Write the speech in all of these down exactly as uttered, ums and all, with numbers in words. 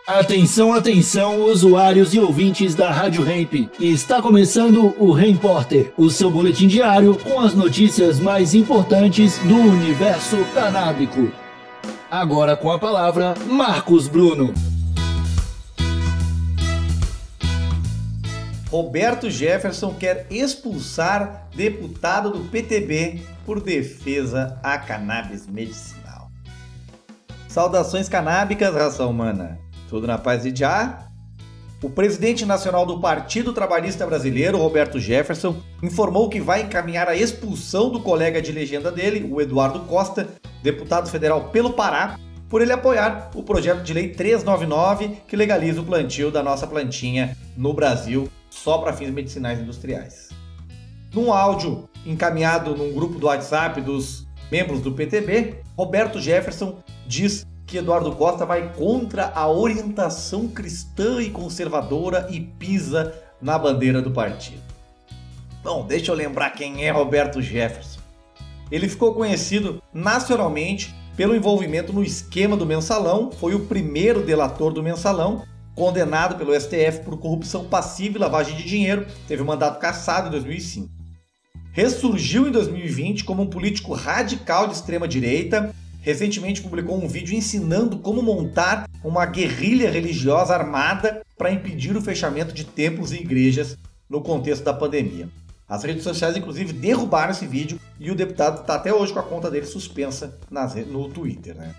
Atenção, atenção, usuários e ouvintes da Rádio Hemp. Está começando o Hemporter, o seu boletim diário com as notícias mais importantes do universo canábico. Agora com a palavra, Marcos Bruno. Roberto Jefferson quer expulsar deputado do P T B por defesa à cannabis medicinal. Saudações canábicas, raça humana. Tudo na paz e já? O presidente nacional do Partido Trabalhista Brasileiro, Roberto Jefferson, informou que vai encaminhar a expulsão do colega de legenda dele, o Eduardo Costa, deputado federal pelo Pará, por ele apoiar o projeto de lei trezentos e noventa e nove que legaliza o plantio da nossa plantinha no Brasil só para fins medicinais industriais. Num áudio encaminhado num grupo do WhatsApp dos membros do P T B, Roberto Jefferson diz que Eduardo Costa vai contra a orientação cristã e conservadora e pisa na bandeira do partido. Bom, deixa eu lembrar quem é Roberto Jefferson. Ele ficou conhecido nacionalmente pelo envolvimento no esquema do Mensalão, foi o primeiro delator do Mensalão, condenado pelo S T F por corrupção passiva e lavagem de dinheiro, teve o mandato cassado em dois mil e cinco. Ressurgiu em dois mil e vinte como um político radical de extrema-direita. Recentemente publicou um vídeo ensinando como montar uma guerrilha religiosa armada para impedir o fechamento de templos e igrejas no contexto da pandemia. As redes sociais, inclusive, derrubaram esse vídeo e o deputado está até hoje com a conta dele suspensa nas, no Twitter, né?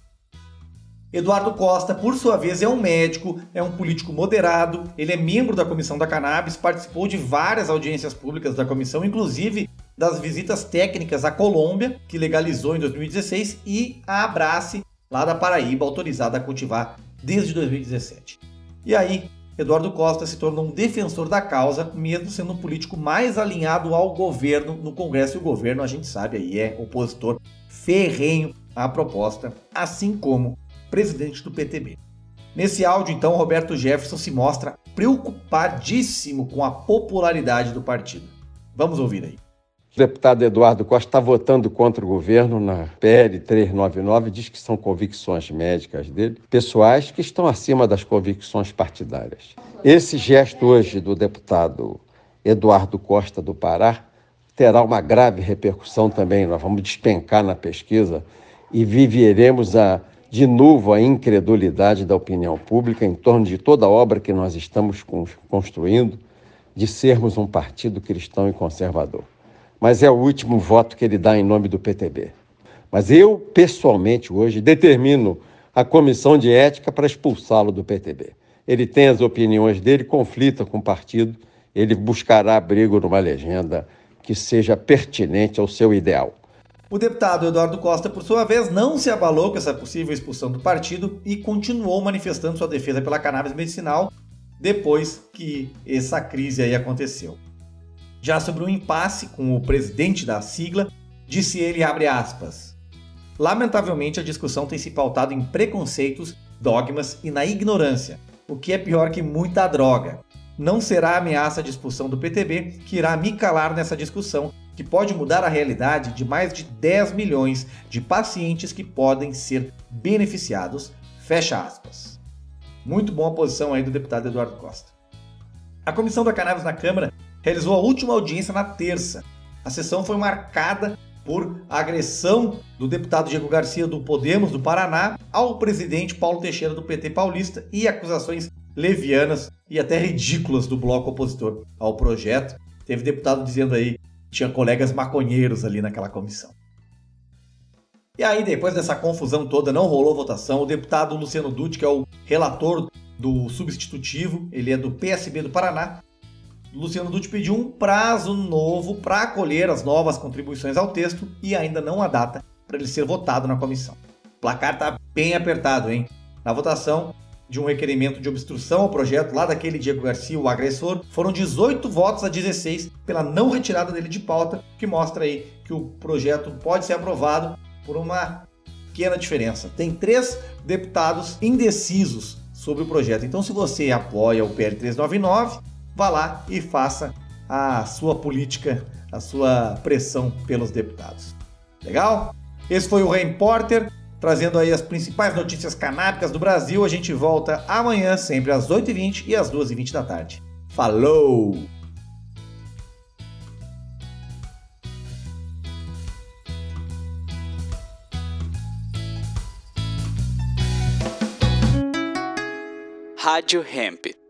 Eduardo Costa, por sua vez, é um médico, é um político moderado, ele é membro da Comissão da Cannabis, participou de várias audiências públicas da comissão, inclusive das visitas técnicas à Colômbia, que legalizou em dois mil e dezesseis, e à Abrace, lá da Paraíba, autorizada a cultivar desde dois mil e dezessete. E aí, Eduardo Costa se tornou um defensor da causa, mesmo sendo um político mais alinhado ao governo no Congresso, e o governo, a gente sabe, aí é opositor ferrenho à proposta, assim como presidente do P T B. Nesse áudio, então, Roberto Jefferson se mostra preocupadíssimo com a popularidade do partido. Vamos ouvir aí. O deputado Eduardo Costa está votando contra o governo na P L trezentos e noventa e nove, diz que são convicções médicas dele, pessoais que estão acima das convicções partidárias. Esse gesto hoje do deputado Eduardo Costa do Pará terá uma grave repercussão também. Nós vamos despencar na pesquisa e viveremos a, de novo a incredulidade da opinião pública em torno de toda a obra que nós estamos construindo de sermos um partido cristão e conservador. Mas é o último voto que ele dá em nome do P T B. Mas eu, pessoalmente, hoje, determino a comissão de ética para expulsá-lo do P T B. Ele tem as opiniões dele, conflita com o partido, ele buscará abrigo numa legenda que seja pertinente ao seu ideal. O deputado Eduardo Costa, por sua vez, não se abalou com essa possível expulsão do partido e continuou manifestando sua defesa pela cannabis medicinal depois que essa crise aí aconteceu. Já sobre o impasse com o presidente da sigla, disse ele, abre aspas, lamentavelmente a discussão tem se pautado em preconceitos, dogmas e na ignorância, o que é pior que muita droga. Não será a ameaça de expulsão do P T B que irá me calar nessa discussão, que pode mudar a realidade de mais de dez milhões de pacientes que podem ser beneficiados, fecha aspas. Muito boa a posição aí do deputado Eduardo Costa. A Comissão da Cannabis na Câmara realizou a última audiência na terça. A sessão foi marcada por agressão do deputado Diego Garcia do Podemos do Paraná ao presidente Paulo Teixeira do P T paulista e acusações levianas e até ridículas do bloco opositor ao projeto. Teve deputado dizendo aí que tinha colegas maconheiros ali naquela comissão. E aí, depois dessa confusão toda, não rolou votação. O deputado Luciano Dutti, que é o relator do substitutivo, ele é do P S B do Paraná, Luciano Dutti pediu um prazo novo para acolher as novas contribuições ao texto e ainda não há data para ele ser votado na comissão. O placar está bem apertado, hein? Na votação de um requerimento de obstrução ao projeto lá daquele Diego Garcia, o agressor, foram dezoito votos a dezesseis pela não retirada dele de pauta, que mostra aí que o projeto pode ser aprovado por uma pequena diferença. Tem três deputados indecisos sobre o projeto. Então, se você apoia o P L trezentos e noventa e nove, vá lá e faça a sua política, a sua pressão pelos deputados. Legal? Esse foi o Hemporter. trazendo aí as principais notícias canábicas do Brasil. A gente volta amanhã, sempre às oito e vinte e às duas e vinte da tarde. Falou! Rádio Hemp.